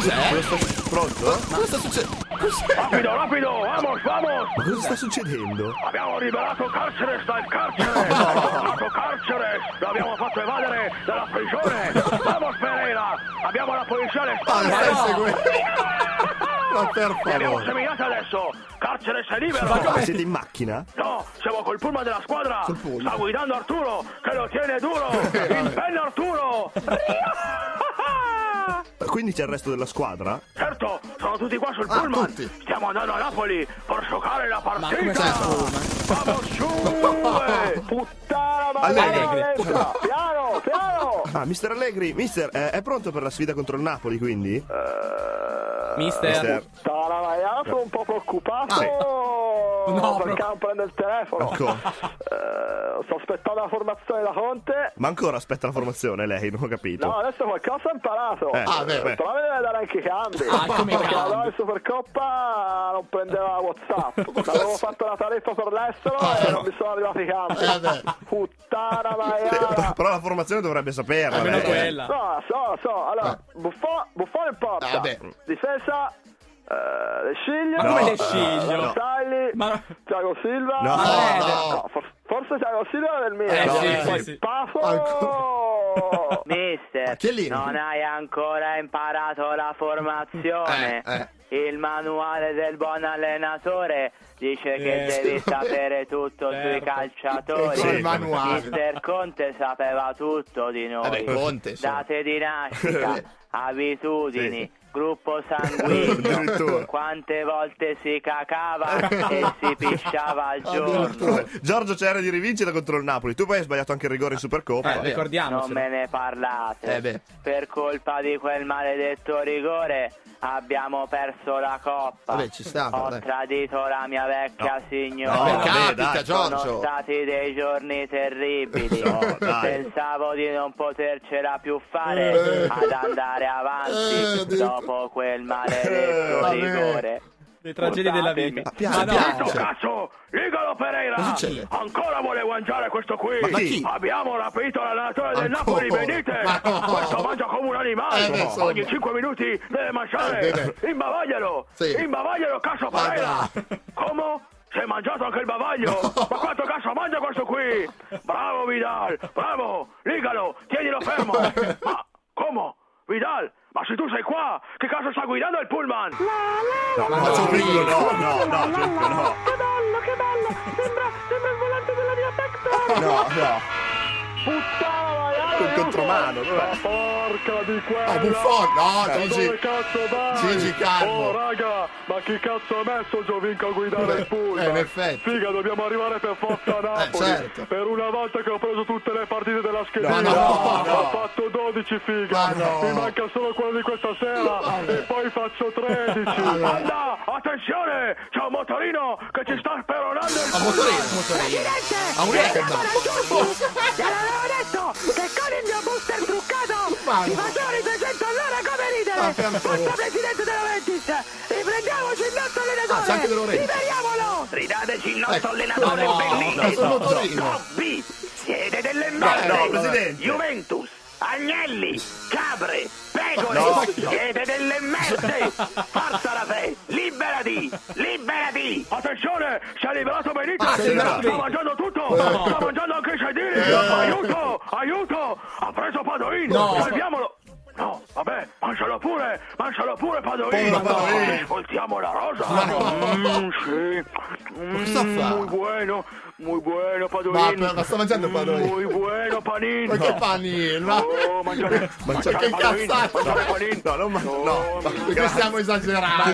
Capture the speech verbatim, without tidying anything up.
Cos'è? Cosa sta... Pronto? Ma cosa sta succedendo? Rapido, rapido, vamos, vamos! Ma cosa sta succedendo? Abbiamo liberato Carceres dal carcere! È tornato Carceres! Lo abbiamo fatto evadere dalla prigione! Vamos Pereira! Abbiamo la polizia alle spalle! Ma stai seguendo? Ma per Li abbiamo favore. seminati adesso! Carceres è libero! Ma come siete in macchina? No, siamo col pullman della squadra! Col pullman. Sta guidando Arturo, che lo tiene duro! Impenna Arturo! Quindi c'è il resto della squadra? Certo, sono tutti qua sul Ah, pullman! tutti. Stiamo andando a Napoli per giocare la partita! come Certo. Vamos su! eh. Puttana Allegri. maledetta! Piano, piano! Ah, mister Allegri, mister, eh, è pronto per la sfida contro il Napoli, quindi? Mister. Mister. Puttana maledetta, sono un po' preoccupato! No, perché pro- non prende il telefono? Ecco. Eh, sto aspettando la formazione da Conte. Ma ancora aspetta la formazione lei, non ho capito. No, adesso qualcosa ha imparato. Eh, ah, beh, beh. Però mi deve dare anche i cambi. Ah, come perché cambi? allora in Supercoppa non prendeva WhatsApp. Avevo fatto la tariffa per l'estero e non mi sono arrivati i cambi. Eh, beh. Puttana Eh, maiala. Però la formazione dovrebbe saperla. Almeno lei. quella. No, so, so. Allora, Buffon, Buffon in porta. Ah, beh. Difesa. Eh, De Sciglio. Ma come No, De Sciglio? no. Tagli. Ma- Thiago Silva. No, Ma- no. No, for- forse Thiago Silva è del Milan. Eh, No, sì, poi sì, sì. Pafo. Mister, Chiellini. non hai ancora imparato la formazione. Eh, Il manuale del buon allenatore dice che Eh. devi sapere tutto sui Certo. calciatori. Sì, il manuale. Mister Conte sapeva tutto di noi. Vabbè, Conte, insomma. Date di nascita, abitudini, Sì. gruppo sanguigno, Addirittura. quante volte si cacava e si pisciava al giorno. Giorgio c'era di rivincita contro il Napoli. Tu poi hai sbagliato anche il rigore in Supercoppa. Eh, ricordiamo. Non me ne parlate. Eh, beh. Per colpa di quel maledetto rigore abbiamo perso la coppa. Vabbè, ci sta, Ho dai. tradito la mia vecchia signora. No, vabbè, capita, dai. Sono Giorgio. stati dei giorni terribili. No, dai. Pensavo di non potercela più fare ad andare avanti dopo quel maledetto vabbè. rigore. Le tragedie della vita. Ma piano, Ma no. piano. Zitto, cazzo! Ligalo Pereira! Cosa succede? Ancora vuole mangiare questo qui! Ma chi? Abbiamo rapito l'allenatore del Ancora? Napoli, venite! Ma no. Questo mangia come un animale! Eh, beh, insomma. Ogni cinque minuti deve mangiare! Eh, beh. Imbavaglialo! Sì. Imbavaglialo, cazzo Ma Pereira! no. Come? Si è mangiato anche il bavaglio? Ma quanto cazzo mangia questo qui? Bravo Vidal! Bravo! Ligalo! Tienilo fermo! Ma come? Vidal? Ma se tu sei qua, che cazzo sta guidando il pullman? No, ma Giovinco, no, no, no, Giovinco, no. Che bello, che bello! Sembra, sembra il volante della mia Tecton! No, no. Puttana, maiale! Col contromano, dov'è? Ma porca di quella! Oh, Buffon, no, Ma Gigi. dove cazzo vai? Gigi, calmo. Oh, raga, ma chi cazzo ha messo Giovinco a guidare il pullman? Eh, in effetti. Figa, dobbiamo arrivare per forza a Napoli. certo. Per una volta che ho preso tutte le partite della schedina. No, no, no. Ho fatto dodici, figa. Ma no. Mi manca solo quello di questa sera. E poi faccio tredici. Anda, attenzione! C'è un motorino che ci sta speronando il A motorino, motorino. A un Eckert. Gliel'avevo detto che con il mio booster truccato Ma ti no. facevano i duecento all'ora come Ma ridere. per favore. Forza presidente De Laurentiis, riprendiamoci il nostro allenatore. Ah, c'è anche De Laurentiis. Liberiamolo. Ridateci il nostro Ecco. allenatore No, bellissimo. no, sul motorino. Gobbi, siete delle No, merde. no, presidente. Juventus, Agnelli, Capre, Pecore, No. siete delle merde. Forza la fe, liberati, liberati. Attenzione, si è liberato Benito. Ah, si è liberato. Sta mangiando tutto. Sta mangiando anche i sedili. No. Aiuto, aiuto. Ha preso Padoin. No. Salviamolo. No, vabbè, mangialo pure, mangialo pure Padoin. Povero Padoin. Ascoltiamo la rosa. Ma no. Mm, sì. Mm, cosa fa? Muy bueno, muy bueno Padoin. Ma, ma- ma sta mangiando Padoin? Muy bueno Panin. Ma che panino? Oh, mangiare, Ma mangiare che Padoin, cazzate? mangiare Panin. No, non ma- no. Oh, Perché stiamo esagerando?